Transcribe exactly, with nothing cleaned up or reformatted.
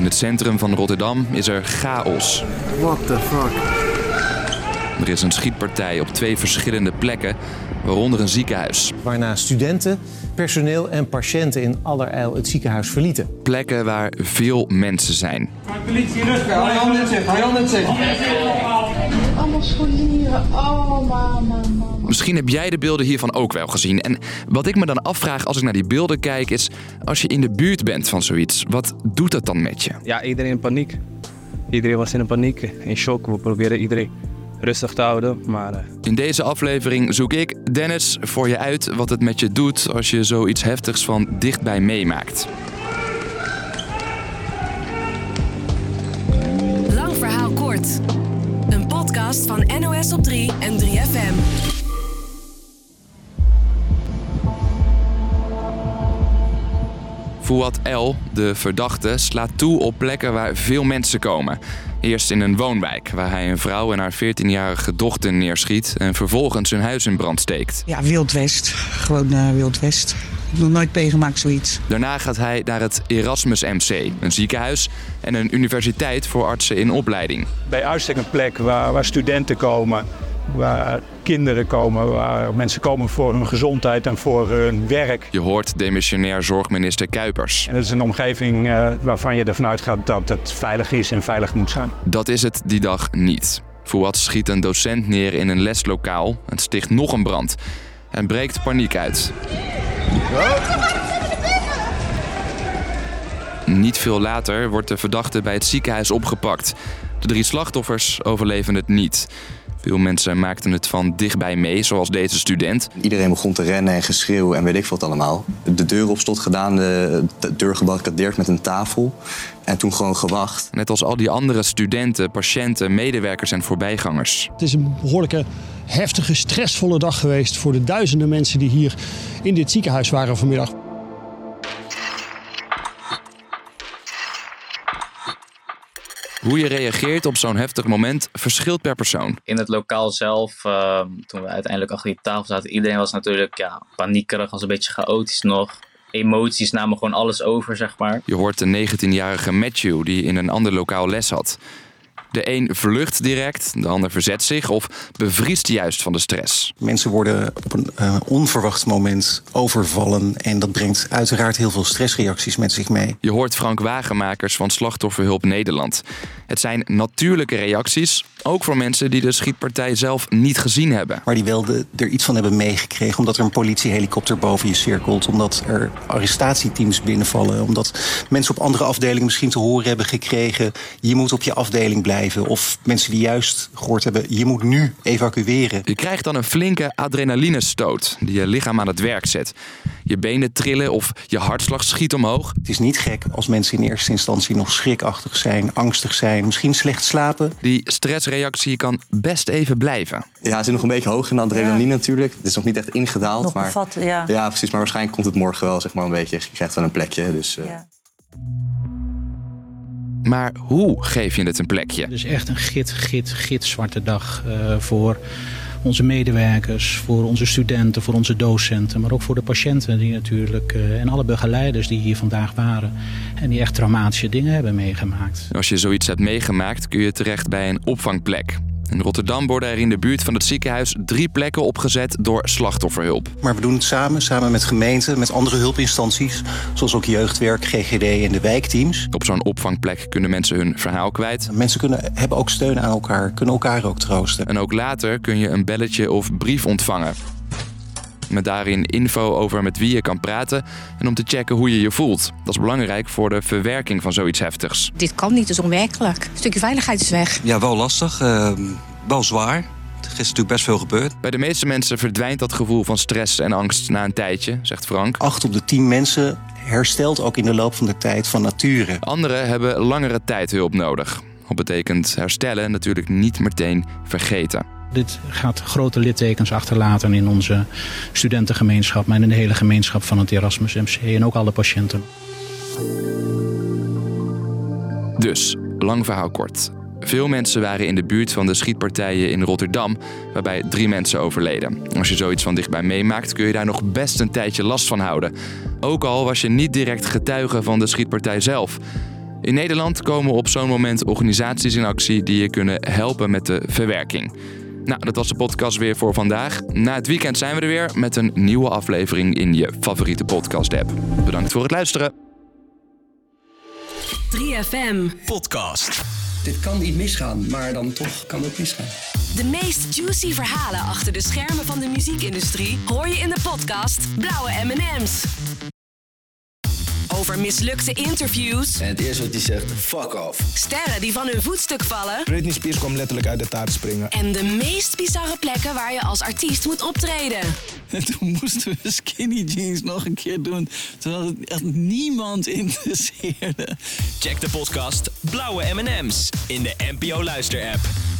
In het centrum van Rotterdam is er chaos. What the fuck? Er is een schietpartij op twee verschillende plekken, waaronder een ziekenhuis. Waarna studenten, personeel en patiënten in allerijl het ziekenhuis verlieten. Plekken waar veel mensen zijn. Politie, rustig. Hou je handen in het zicht. Hou je handen in het zicht. Allemaal scholieren. Oh, mama, mama. Misschien heb jij de beelden hiervan ook wel gezien. En wat ik me dan afvraag als ik naar die beelden kijk is, als je in de buurt bent van zoiets, wat doet dat dan met je? Ja, iedereen in paniek. Iedereen was in paniek, in shock. We proberen iedereen rustig te houden, maar... Uh... In deze aflevering zoek ik, Dennis, voor je uit wat het met je doet als je zoiets heftigs van dichtbij meemaakt. Lang verhaal kort. Een podcast van N O S op drie en drie F M. Fouad El, de verdachte, slaat toe op plekken waar veel mensen komen. Eerst in een woonwijk, waar hij een vrouw en haar veertienjarige dochter neerschiet en vervolgens hun huis in brand steekt. Ja, Wild West. Gewoon uh, Wild West. Ik heb nog nooit meegemaakt zoiets. Daarna gaat hij naar het Erasmus M C, een ziekenhuis en een universiteit voor artsen in opleiding. Bij uitstek een plek waar, waar studenten komen, waar kinderen komen, waar mensen komen voor hun gezondheid en voor hun werk. Je hoort demissionair zorgminister Kuipers. En het is een omgeving uh, waarvan je ervan uitgaat dat het veilig is en veilig moet zijn. Dat is het die dag niet. Fouad schiet een docent neer in een leslokaal en sticht nog een brand. En breekt paniek uit. Niet veel later wordt de verdachte bij het ziekenhuis opgepakt. De drie slachtoffers overleven het niet. Veel mensen maakten het van dichtbij mee, zoals deze student. Iedereen begon te rennen en geschreeuw en weet ik wat allemaal. De deur op slot gedaan, de deur gebarricadeerd met een tafel. En toen gewoon gewacht. Net als al die andere studenten, patiënten, medewerkers en voorbijgangers. Het is een behoorlijke, heftige, stressvolle dag geweest voor de duizenden mensen die hier in dit ziekenhuis waren vanmiddag. Hoe je reageert op zo'n heftig moment verschilt per persoon. In het lokaal zelf, uh, toen we uiteindelijk achter die tafel zaten, iedereen was natuurlijk ja, paniekerig, was een beetje chaotisch nog. Emoties namen gewoon alles over, zeg maar. Je hoort de negentienjarige Matthew die in een ander lokaal les had. De een vlucht direct, de ander verzet zich of bevriest juist van de stress. Mensen worden op een uh, onverwacht moment overvallen en dat brengt uiteraard heel veel stressreacties met zich mee. Je hoort Frank Wagenmakers van Slachtofferhulp Nederland. Het zijn natuurlijke reacties, ook voor mensen die de schietpartij zelf niet gezien hebben. Maar die wel de, er iets van hebben meegekregen, omdat er een politiehelikopter boven je cirkelt, omdat er arrestatieteams binnenvallen, omdat mensen op andere afdelingen misschien te horen hebben gekregen, je moet op je afdeling blijven. Of mensen die juist gehoord hebben, je moet nu evacueren. Je krijgt dan een flinke adrenalinestoot die je lichaam aan het werk zet. Je benen trillen of je hartslag schiet omhoog. Het is niet gek als mensen in eerste instantie nog schrikachtig zijn, angstig zijn, misschien slecht slapen. Die stressreactie kan best even blijven. Ja, het zit nog een beetje hoog in de adrenaline ja. natuurlijk. Het is nog niet echt ingedaald. Nog maar bevat, ja. ja, precies. Maar waarschijnlijk komt het morgen wel zeg maar, een beetje. Je krijgt wel een plekje. Dus, uh... ja. Maar hoe geef je het een plekje? Het is echt een git, git, gitzwarte dag uh, voor onze medewerkers, voor onze studenten, voor onze docenten, maar ook voor de patiënten die natuurlijk uh, en alle begeleiders die hier vandaag waren en die echt traumatische dingen hebben meegemaakt. Als je zoiets hebt meegemaakt kun je terecht bij een opvangplek. In Rotterdam worden er in de buurt van het ziekenhuis drie plekken opgezet door slachtofferhulp. Maar we doen het samen, samen met gemeenten, met andere hulpinstanties, zoals ook jeugdwerk, G G D en de wijkteams. Op zo'n opvangplek kunnen mensen hun verhaal kwijt. Mensen kunnen, hebben ook steun aan elkaar, kunnen elkaar ook troosten. En ook later kun je een belletje of brief ontvangen. Met daarin info over met wie je kan praten en om te checken hoe je je voelt. Dat is belangrijk voor de verwerking van zoiets heftigs. Dit kan niet, het is onwerkelijk. Een stukje veiligheid is weg. Ja, wel lastig. Uh, wel zwaar. Er is natuurlijk best veel gebeurd. Bij de meeste mensen verdwijnt dat gevoel van stress en angst na een tijdje, zegt Frank. Acht op de tien mensen herstelt ook in de loop van de tijd van nature. Anderen hebben langere tijd hulp nodig. Dat betekent herstellen natuurlijk niet meteen vergeten. Dit gaat grote littekens achterlaten in onze studentengemeenschap, maar in de hele gemeenschap van het Erasmus M C en ook alle patiënten. Dus, lang verhaal kort. Veel mensen waren in de buurt van de schietpartijen in Rotterdam, waarbij drie mensen overleden. Als je zoiets van dichtbij meemaakt, kun je daar nog best een tijdje last van houden. Ook al was je niet direct getuige van de schietpartij zelf. In Nederland komen op zo'n moment organisaties in actie die je kunnen helpen met de verwerking. Nou, dat was de podcast weer voor vandaag. Na het weekend zijn we er weer met een nieuwe aflevering in je favoriete podcast-app. Bedankt voor het luisteren. drie F M Podcast. Dit kan niet misgaan, maar dan toch kan het misgaan. De meest juicy verhalen achter de schermen van de muziekindustrie hoor je in de podcast Blauwe M en M's. Over mislukte interviews. En het eerste wat hij zegt, fuck off. Sterren die van hun voetstuk vallen. Britney Spears kwam letterlijk uit de taart springen. En de meest bizarre plekken waar je als artiest moet optreden. En toen moesten we Skinny Jeans nog een keer doen, terwijl het echt niemand interesseerde. Check de podcast Blauwe M en M's in de N P O Luister-app.